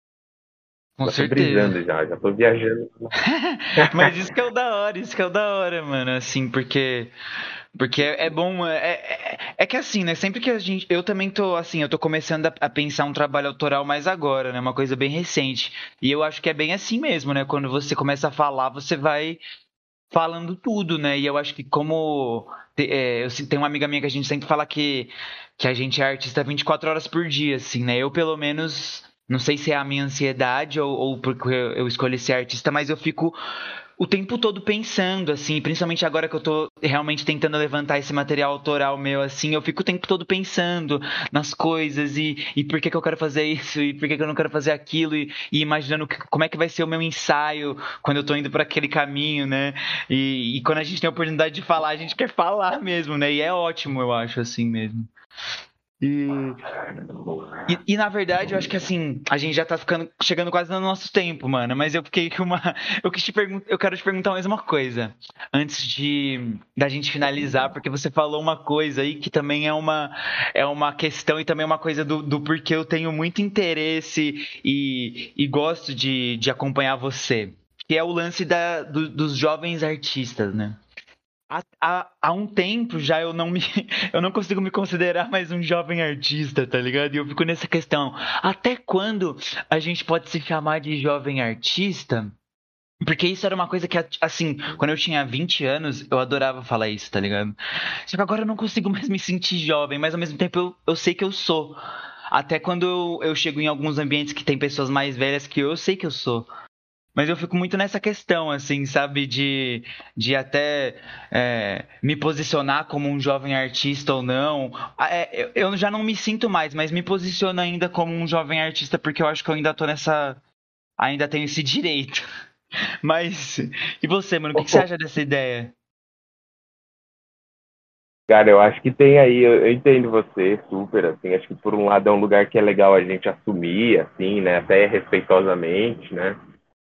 Com Já tô certeza. brisando já, já tô viajando. Mas isso que é o da hora, isso que é o da hora, mano, assim, porque porque é, é bom, é, é, é que assim, né, sempre que a gente, eu também tô, assim, eu tô começando a, a pensar um trabalho autoral mais agora, né, uma coisa bem recente, e eu acho que é bem assim mesmo, né, quando você começa a falar, você vai falando tudo, né, e eu acho que como, te- é, eu tenho uma amiga minha que a gente sempre fala que, que a gente é artista vinte e quatro horas por dia, assim, né, eu pelo menos... Não sei se é a minha ansiedade ou, ou porque eu eu escolhi ser artista, mas eu fico o tempo todo pensando, assim, principalmente agora que eu tô realmente tentando levantar esse material autoral meu, assim, eu fico o tempo todo pensando nas coisas e, e por que que eu quero fazer isso e por que que eu não quero fazer aquilo e, e imaginando que- como é que vai ser o meu ensaio quando eu tô indo por aquele caminho, né? E, e quando a gente tem a oportunidade de falar, a gente quer falar mesmo, né? E é ótimo, eu acho, assim mesmo. E e, e, na verdade, eu acho que assim, a gente já tá ficando, chegando quase no nosso tempo, mano. Mas eu fiquei com uma. Eu quis te pergun- eu quero te perguntar mais uma coisa. Antes de da gente finalizar, porque você falou uma coisa aí que também é uma, é uma questão e também é uma coisa do, do porquê eu tenho muito interesse e, e gosto de, de acompanhar você. Que é o lance da, do- dos jovens artistas, né? Há, há, há um tempo já eu não me eu não consigo me considerar mais um jovem artista, tá ligado? E eu fico nessa questão, até quando a gente pode se chamar de jovem artista? Porque isso era uma coisa que, assim, quando eu tinha vinte anos, eu adorava falar isso, tá ligado? Só que agora eu não consigo mais me sentir jovem, mas ao mesmo tempo eu, eu sei que eu sou. Até quando eu, eu chego em alguns ambientes que tem pessoas mais velhas que eu, eu sei que eu sou. Mas eu fico muito nessa questão, assim, sabe, de, de até é, me posicionar como um jovem artista ou não. Ah, é, eu, eu já não me sinto mais, mas me posiciono ainda como um jovem artista porque eu acho que eu ainda tô nessa. Ainda tenho esse direito. Mas. E você, mano, o que, que você acha dessa ideia? Cara, eu acho que tem aí, eu, eu entendo você super, assim, acho que por um lado é um lugar que é legal a gente assumir, assim, né, até respeitosamente, né,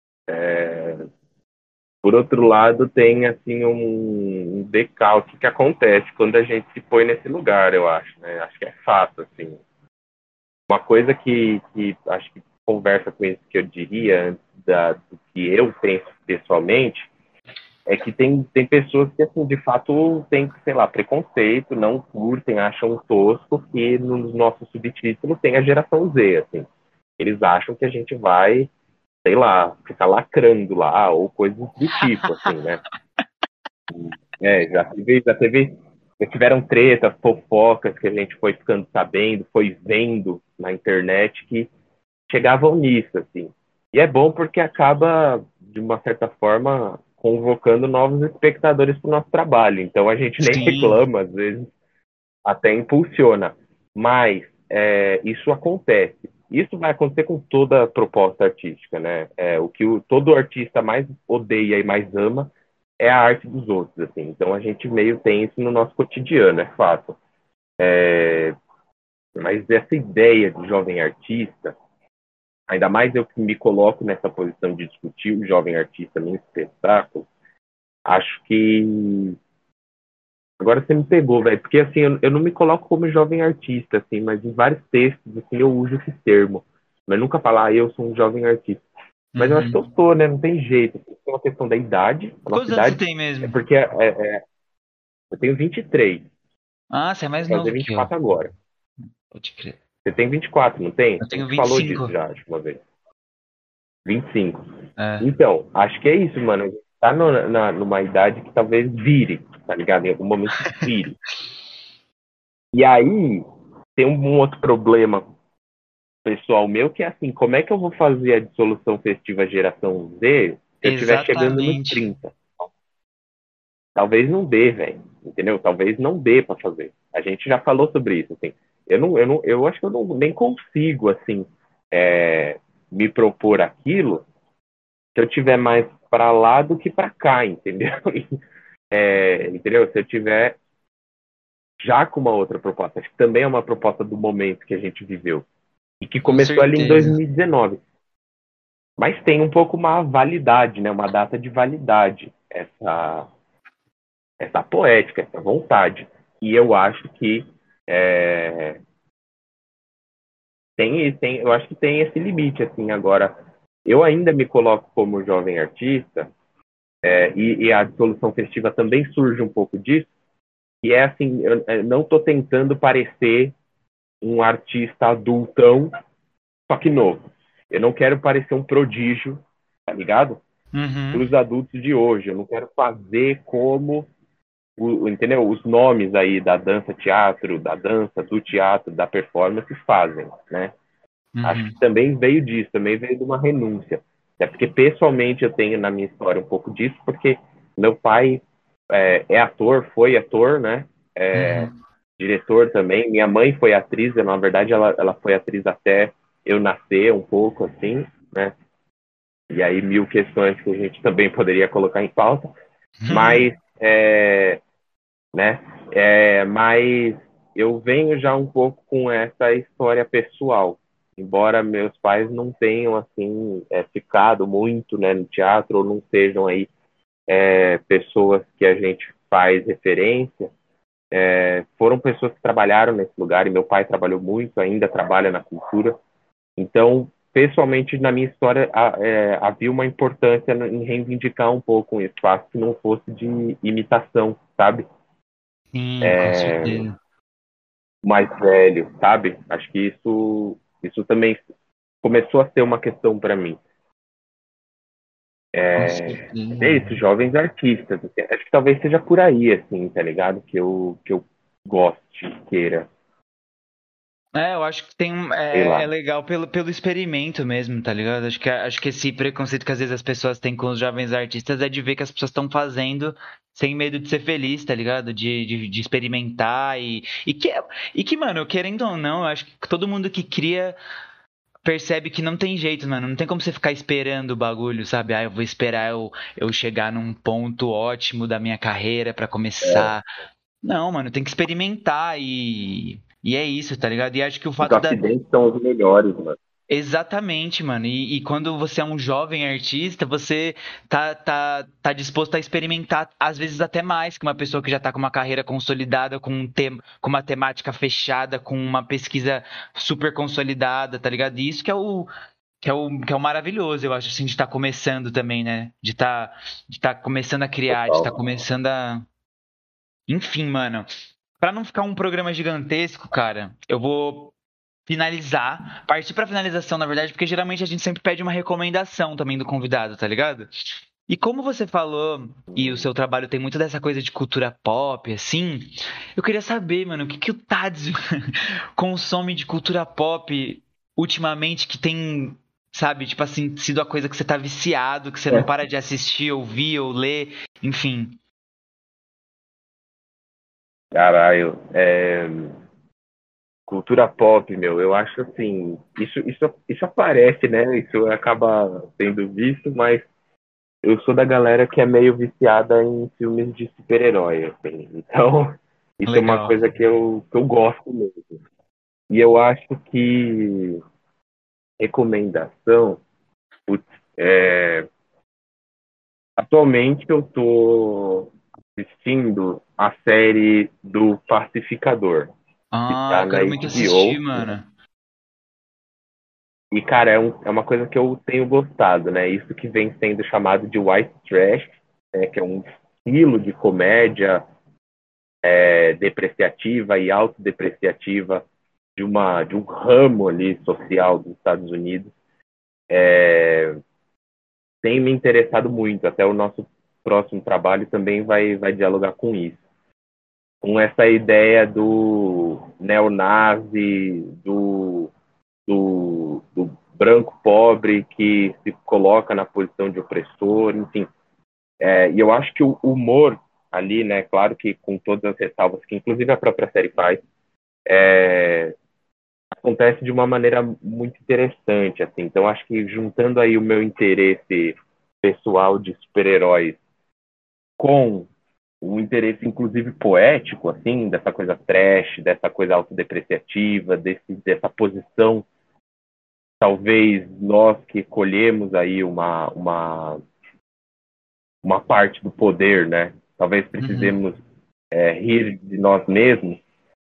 por outro lado tem, assim, um, um decalque que acontece quando a gente se põe nesse lugar, eu acho, né, acho que é fato, assim, uma coisa que, que acho que conversa com isso que eu diria antes da, do que eu penso pessoalmente, é que tem, tem pessoas que, assim, de fato, têm, sei lá, preconceito, não curtem, acham tosco que no nosso subtítulo tem a geração Z, assim. Eles acham que a gente vai, sei lá, ficar lacrando lá, ou coisas do tipo, assim, né? É, já teve, já teve, já tiveram tretas, fofocas que a gente foi ficando sabendo, foi vendo na internet que chegavam nisso, assim. E é bom porque acaba, de uma certa forma, convocando novos espectadores para o nosso trabalho. Então a gente nem Sim, reclama, às vezes até impulsiona. Mas é, isso acontece. Isso vai acontecer com toda proposta artística, né? É, o que o, todo artista mais odeia e mais ama é a arte dos outros, assim. Então a gente meio tem isso no nosso cotidiano, é fato. Mas essa ideia de jovem artista ainda mais eu que me coloco nessa posição de discutir o jovem artista no espetáculo, acho que agora você me pegou, velho, porque assim, eu, eu não me coloco como jovem artista, assim, mas em vários textos, assim, eu uso esse termo. Mas nunca falar, ah, eu sou um jovem artista. Mas eu acho que eu Uhum. sou, né? Não tem jeito. É uma questão da idade. A nossa Quantos anos você idade tem é mesmo? porque é, é, eu tenho vinte e três, Ah, você é vou mais fazer novo que eu. vinte e quatro agora. Pode crer. Você tem vinte e quatro, não tem? Eu A tenho gente vinte e falou disso cinco. já, acho, uma vez. vinte e cinco. É, Então, acho que é isso, mano. A gente tá no, na, numa idade que talvez vire, tá ligado? Em algum momento vire. E aí, tem um, um outro problema pessoal meu, que é assim, como é que eu vou fazer a dissolução festiva geração Z se eu estiver chegando nos exatamente. trinta? Talvez não dê, velho. Entendeu? Talvez não dê para fazer. A gente já falou sobre isso, assim. Eu não, eu não, eu acho que eu não, nem consigo, assim, é, me propor aquilo se eu tiver mais para lá do que para cá, entendeu? É, entendeu? Se eu tiver já com uma outra proposta, acho que também é uma proposta do momento que a gente viveu e que Com começou ali em certeza. dois mil e dezenove. Mas tem um pouco uma validade, né? Uma data de validade, essa, essa poética, essa vontade. E eu acho que é, tem, tem, eu acho que tem esse limite, assim, agora. Eu ainda me coloco como jovem artista, é, e, e a dissolução festiva também surge um pouco disso, e é assim, eu, eu não estou tentando parecer um artista adultão, só que novo. Eu não quero parecer um prodígio, tá ligado? Uhum. Dos adultos de hoje. Eu não quero fazer como, o, entendeu? Os nomes aí da dança teatro, da dança, do teatro, da performance fazem, né? Acho Uhum. que também veio disso, também veio de uma renúncia. É porque pessoalmente eu tenho na minha história um pouco disso, porque meu pai é, é ator, foi ator, né? É, Uhum. diretor também. Minha mãe foi atriz, na verdade ela, ela foi atriz até eu nascer um pouco, assim, né? E aí mil questões que a gente também poderia colocar em pauta, mas, é, né? É, mas eu venho já um pouco com essa história pessoal, embora meus pais não tenham assim é, ficado muito, né, no teatro ou não sejam aí é, pessoas que a gente faz referência, é, foram pessoas que trabalharam nesse lugar e meu pai trabalhou muito, ainda trabalha na cultura. Então, pessoalmente, na minha história, é, havia uma importância em reivindicar um pouco um espaço que não fosse de imitação, sabe? Sim, com É, certeza. mais velho, sabe? Acho que isso, isso também começou a ser uma questão para mim. Com É, certeza. é isso, jovens artistas. Assim, acho que talvez seja por aí, assim, tá ligado? Que eu, que eu goste, queira, É, eu acho que tem um- sei é, é lá. legal pelo, pelo experimento mesmo, tá ligado? Acho que, acho que esse preconceito que às vezes as pessoas têm com os jovens artistas é de ver que as pessoas estão fazendo sem medo de ser feliz, tá ligado? De, de, de experimentar e, e que, é- e que, mano, querendo ou não, eu acho que todo mundo que cria percebe que não tem jeito, mano. Não tem como você ficar esperando o bagulho, sabe? Ah, eu vou esperar eu, eu chegar num ponto ótimo da minha carreira pra É, começar. Não, mano, tem que experimentar e. E é isso, tá ligado? E acho que o os fato da. acidentes são os melhores, mano. Exatamente, mano. E, e quando você é um jovem artista, você tá, tá, tá disposto a experimentar, às vezes até mais que uma pessoa que já tá com uma carreira consolidada, com um tema, com uma temática fechada, com uma pesquisa super consolidada, tá ligado? E isso que é o, que é o, que é o maravilhoso, eu acho, assim, de estar começando também, né? De estar de tá começando a criar, de estar Total. começando a. Enfim, mano. Pra não ficar um programa gigantesco, cara, eu vou finalizar, partir pra finalização, na verdade, porque geralmente a gente sempre pede uma recomendação também do convidado, tá ligado? E como você falou, e o seu trabalho tem muito dessa coisa de cultura pop, assim, eu queria saber, mano, o que que o Tadzio consome de cultura pop ultimamente que tem, sabe, tipo assim, sido a coisa que você tá viciado, que você não para de assistir, ouvir ou ler, enfim. Caralho, é, cultura pop, meu, eu acho assim, isso, isso, isso aparece, né? Isso acaba sendo visto, mas eu sou da galera que é meio viciada em filmes de super-herói, assim. Então, isso é uma Legal. coisa que eu, que eu gosto mesmo. E eu acho que recomendação, putz, é, atualmente eu tô assistindo a série do Pacificador, que Ah, tá eu na quero muito assistir, H B O. mano. E, cara, é, um, é uma coisa que eu tenho gostado, né? Isso que vem sendo chamado de white trash, né? Que é um estilo de comédia é, depreciativa e autodepreciativa de, uma, de um ramo ali social dos Estados Unidos. É, tem me interessado muito. Até o nosso próximo trabalho também vai, vai dialogar com isso. Com essa ideia do neonazi, do, do, do branco pobre que se coloca na posição de opressor, enfim. É, e eu acho que o humor ali, né, claro que com todas as ressalvas que inclusive a própria série faz, é, acontece de uma maneira muito interessante, assim. Então acho que juntando aí o meu interesse pessoal de super-heróis com um interesse inclusive poético, assim, dessa coisa trash, dessa coisa autodepreciativa, desse, dessa posição, talvez nós que colhemos aí uma, uma, uma parte do poder, né? Talvez Uhum. precisemos é, rir de nós mesmos.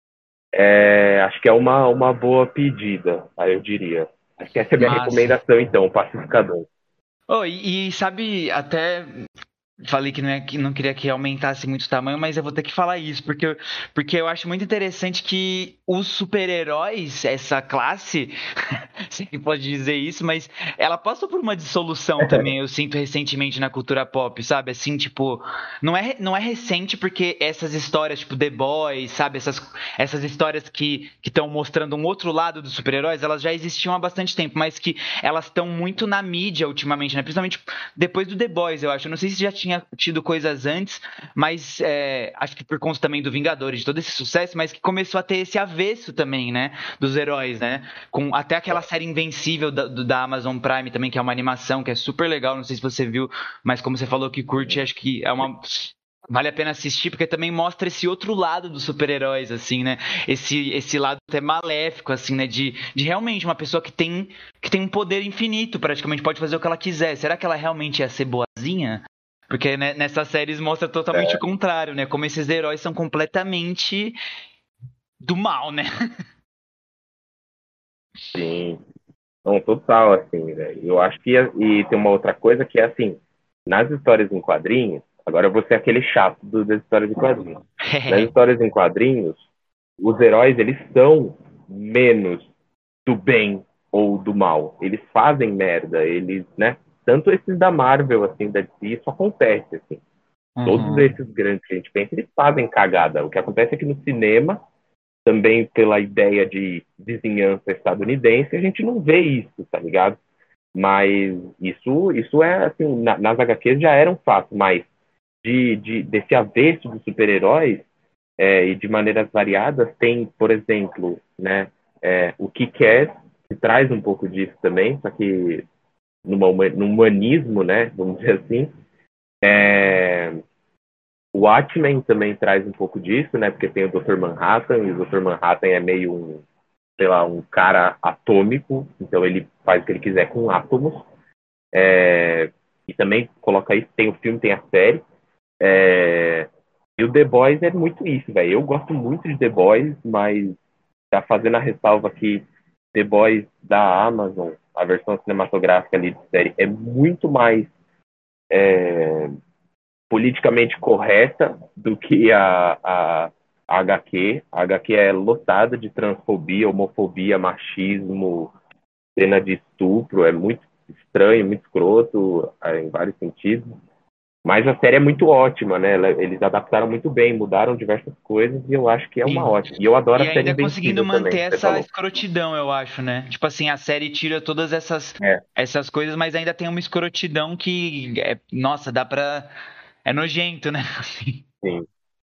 É, acho que é uma, uma boa pedida, aí eu diria. Acho que essa é a minha Massa. recomendação, então, o Pacificador. Oh, e, e sabe, até falei que não, é, que não queria que aumentasse muito o tamanho, mas eu vou ter que falar isso, porque, eu- porque eu acho muito interessante que os super-heróis, essa classe, se é que pode dizer isso, mas ela passou por uma dissolução também, eu sinto recentemente na cultura pop, sabe? Assim, tipo, não é, não é recente porque essas histórias, tipo The Boys, sabe? Essas, essas histórias que estão mostrando um outro lado dos super-heróis, elas já existiam há bastante tempo, mas que elas estão muito na mídia ultimamente, né? Principalmente depois do The Boys, eu acho. Eu não sei se já tinha tido coisas antes, mas é, acho que por conta também do Vingadores, de todo esse sucesso, mas que começou a ter esse avesso também, né? Dos heróis, né? Com até aquela série Invencível da, do, da Amazon Prime também, que é uma animação que é super legal. Não sei se você viu, mas como você falou que curte, acho que é uma. Vale a pena assistir, porque também mostra esse outro lado dos super-heróis, assim, né? Esse, esse lado até maléfico, assim, né? De, de realmente uma pessoa que tem, que tem um poder infinito, praticamente, pode fazer o que ela quiser. Será que ela realmente ia ser boazinha? Porque né, nessas séries mostra totalmente o É, contrário, né? Como esses heróis são completamente do mal, né? sim. Não, total, assim, velho. Eu acho que. E tem uma outra coisa que é assim: nas histórias em quadrinhos, agora eu vou ser aquele chato do, das histórias em quadrinhos. Nas histórias em quadrinhos, os heróis, eles são menos do bem ou do mal. Eles fazem merda, eles, né? Tanto esses da Marvel, assim, da D C, isso acontece, assim. Todos Uhum. esses grandes que a gente pensa, eles fazem cagada. O que acontece é que no cinema, também pela ideia de vizinhança estadunidense, a gente não vê isso, tá ligado? Mas isso, isso é, assim, na, nas H Qs já era um fato, mas de, de, desse avesso dos super-heróis, é, e de maneiras variadas, tem, por exemplo, né, é, o Kick-Ass, que traz um pouco disso também, só que numa, num humanismo, né, vamos dizer assim. É, o Watchmen também traz um pouco disso, né, porque tem o doutor Manhattan, e o doutor Manhattan é meio um, sei lá, um cara atômico, então ele faz o que ele quiser com átomos. É, e também coloca isso, tem o filme, tem a série. É, e o The Boys é muito isso, velho. Eu gosto muito de The Boys, mas já fazendo a ressalva que The Boys da Amazon, a versão cinematográfica ali de série, é muito mais é, politicamente correta do que a, a, a H Q. A H Q é lotada de transfobia, homofobia, machismo, cena de estupro, é muito estranho, muito escroto é, em vários sentidos. Mas a série é muito ótima, né? Eles adaptaram muito bem, mudaram diversas coisas e eu acho que é uma Sim. ótima. E eu adoro E a série ainda conseguindo Invencível manter também, que você essa falou. escrotidão, eu acho, né? Tipo assim, a série tira todas essas, É, essas coisas, mas ainda tem uma escrotidão que, é, nossa, dá pra. É nojento, né? Assim. sim,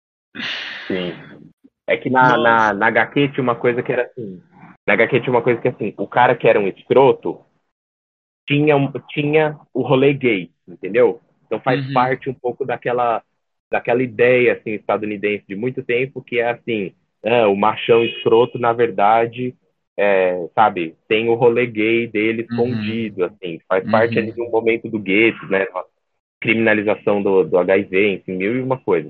sim. É que na, Nossa. na, na H Q tinha uma coisa que era assim. Na H Q tinha uma coisa que assim, o cara que era um escroto tinha, um- tinha o rolê gay, entendeu? Então faz Uhum. parte um pouco daquela, daquela ideia assim, estadunidense de muito tempo que é assim, ah, o machão escroto, na verdade, é, sabe, tem o rolê gay dele Uhum. escondido, assim, faz parte ali Uhum. de um momento do gueto, né, uma criminalização do, do H I V, enfim, mil e uma coisas.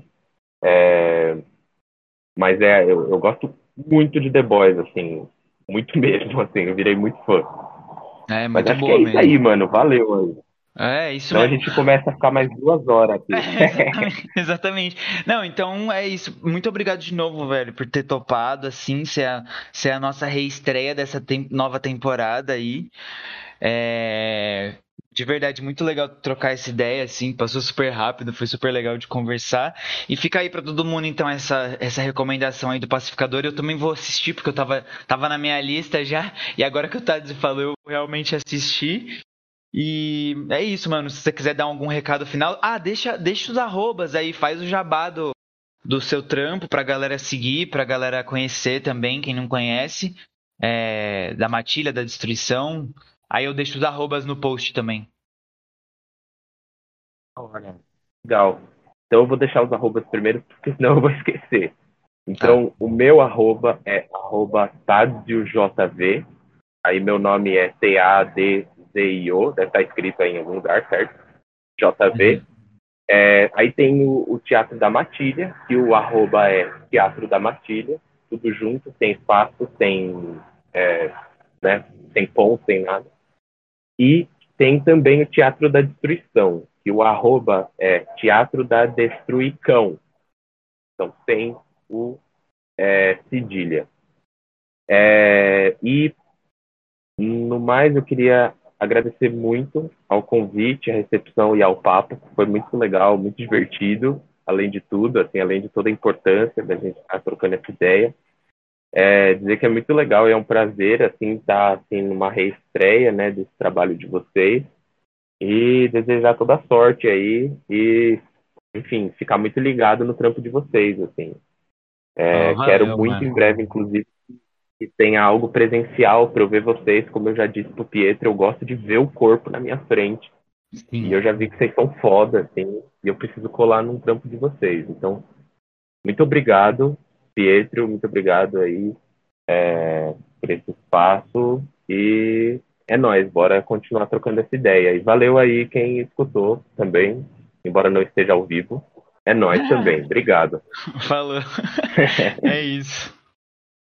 Mas é, eu, eu gosto muito de The Boys, assim, muito mesmo, assim, eu virei muito fã. É Mas muito acho que é boa isso mesmo. aí, mano, valeu aí. É, isso Senão a mesmo. gente começa a ficar mais duas horas aqui. É, exatamente, exatamente. Não, então é isso. Muito obrigado de novo, velho, por ter topado, assim, ser a, ser a nossa reestreia dessa tem- nova temporada aí. É, de verdade, muito legal trocar essa ideia, assim, passou super rápido, foi super legal de conversar. E fica aí pra todo mundo, então, essa, essa recomendação aí do Pacificador. Eu também vou assistir, porque eu tava, tava na minha lista já, e agora que o Tadzi falou, eu vou realmente assistir. E é isso, mano. Se você quiser dar algum recado final. Ah, deixa, deixa os arrobas aí, faz o jabá do, do seu trampo pra galera seguir, pra galera conhecer também, quem não conhece. É, da Matilha, da Destruição. Aí eu deixo os arrobas no post também. Olha, legal. Então eu vou deixar os arrobas primeiro, porque senão eu vou esquecer. Tá. Então, o meu arroba é arroba TadzioJV. Aí meu nome é T A D Z I O, deve estar escrito aí em algum lugar, certo? J V. Uhum. É, aí tem o, o Teatro da Matilha, que o arroba é Teatro da Matilha, tudo junto, sem espaço, sem, é, né, sem ponto, sem nada. E tem também o Teatro da Destruição, que o arroba é Teatro da Destruicão, então sem o é, cedilha. É, e no mais, eu queria agradecer muito ao convite, à recepção e ao papo. Foi muito legal, muito divertido, além de tudo, assim, além de toda a importância da gente estar trocando essa ideia. É, dizer que é muito legal e é um prazer, assim, estar assim, numa reestreia, né, desse trabalho de vocês e desejar toda sorte aí e, enfim, ficar muito ligado no trampo de vocês, assim. Ó, É, quero valeu, muito mano. em breve, inclusive, que tenha algo presencial para eu ver vocês. Como eu já disse pro Pietro, eu gosto de ver o corpo na minha frente. E Sim. eu já vi que vocês são foda, assim, e eu preciso colar num trampo de vocês. Então, muito obrigado, Pietro, muito obrigado aí é, por esse espaço. E é nóis, bora continuar trocando essa ideia. E valeu aí quem escutou também, embora não esteja ao vivo. É nóis também, obrigado. Falou. É isso.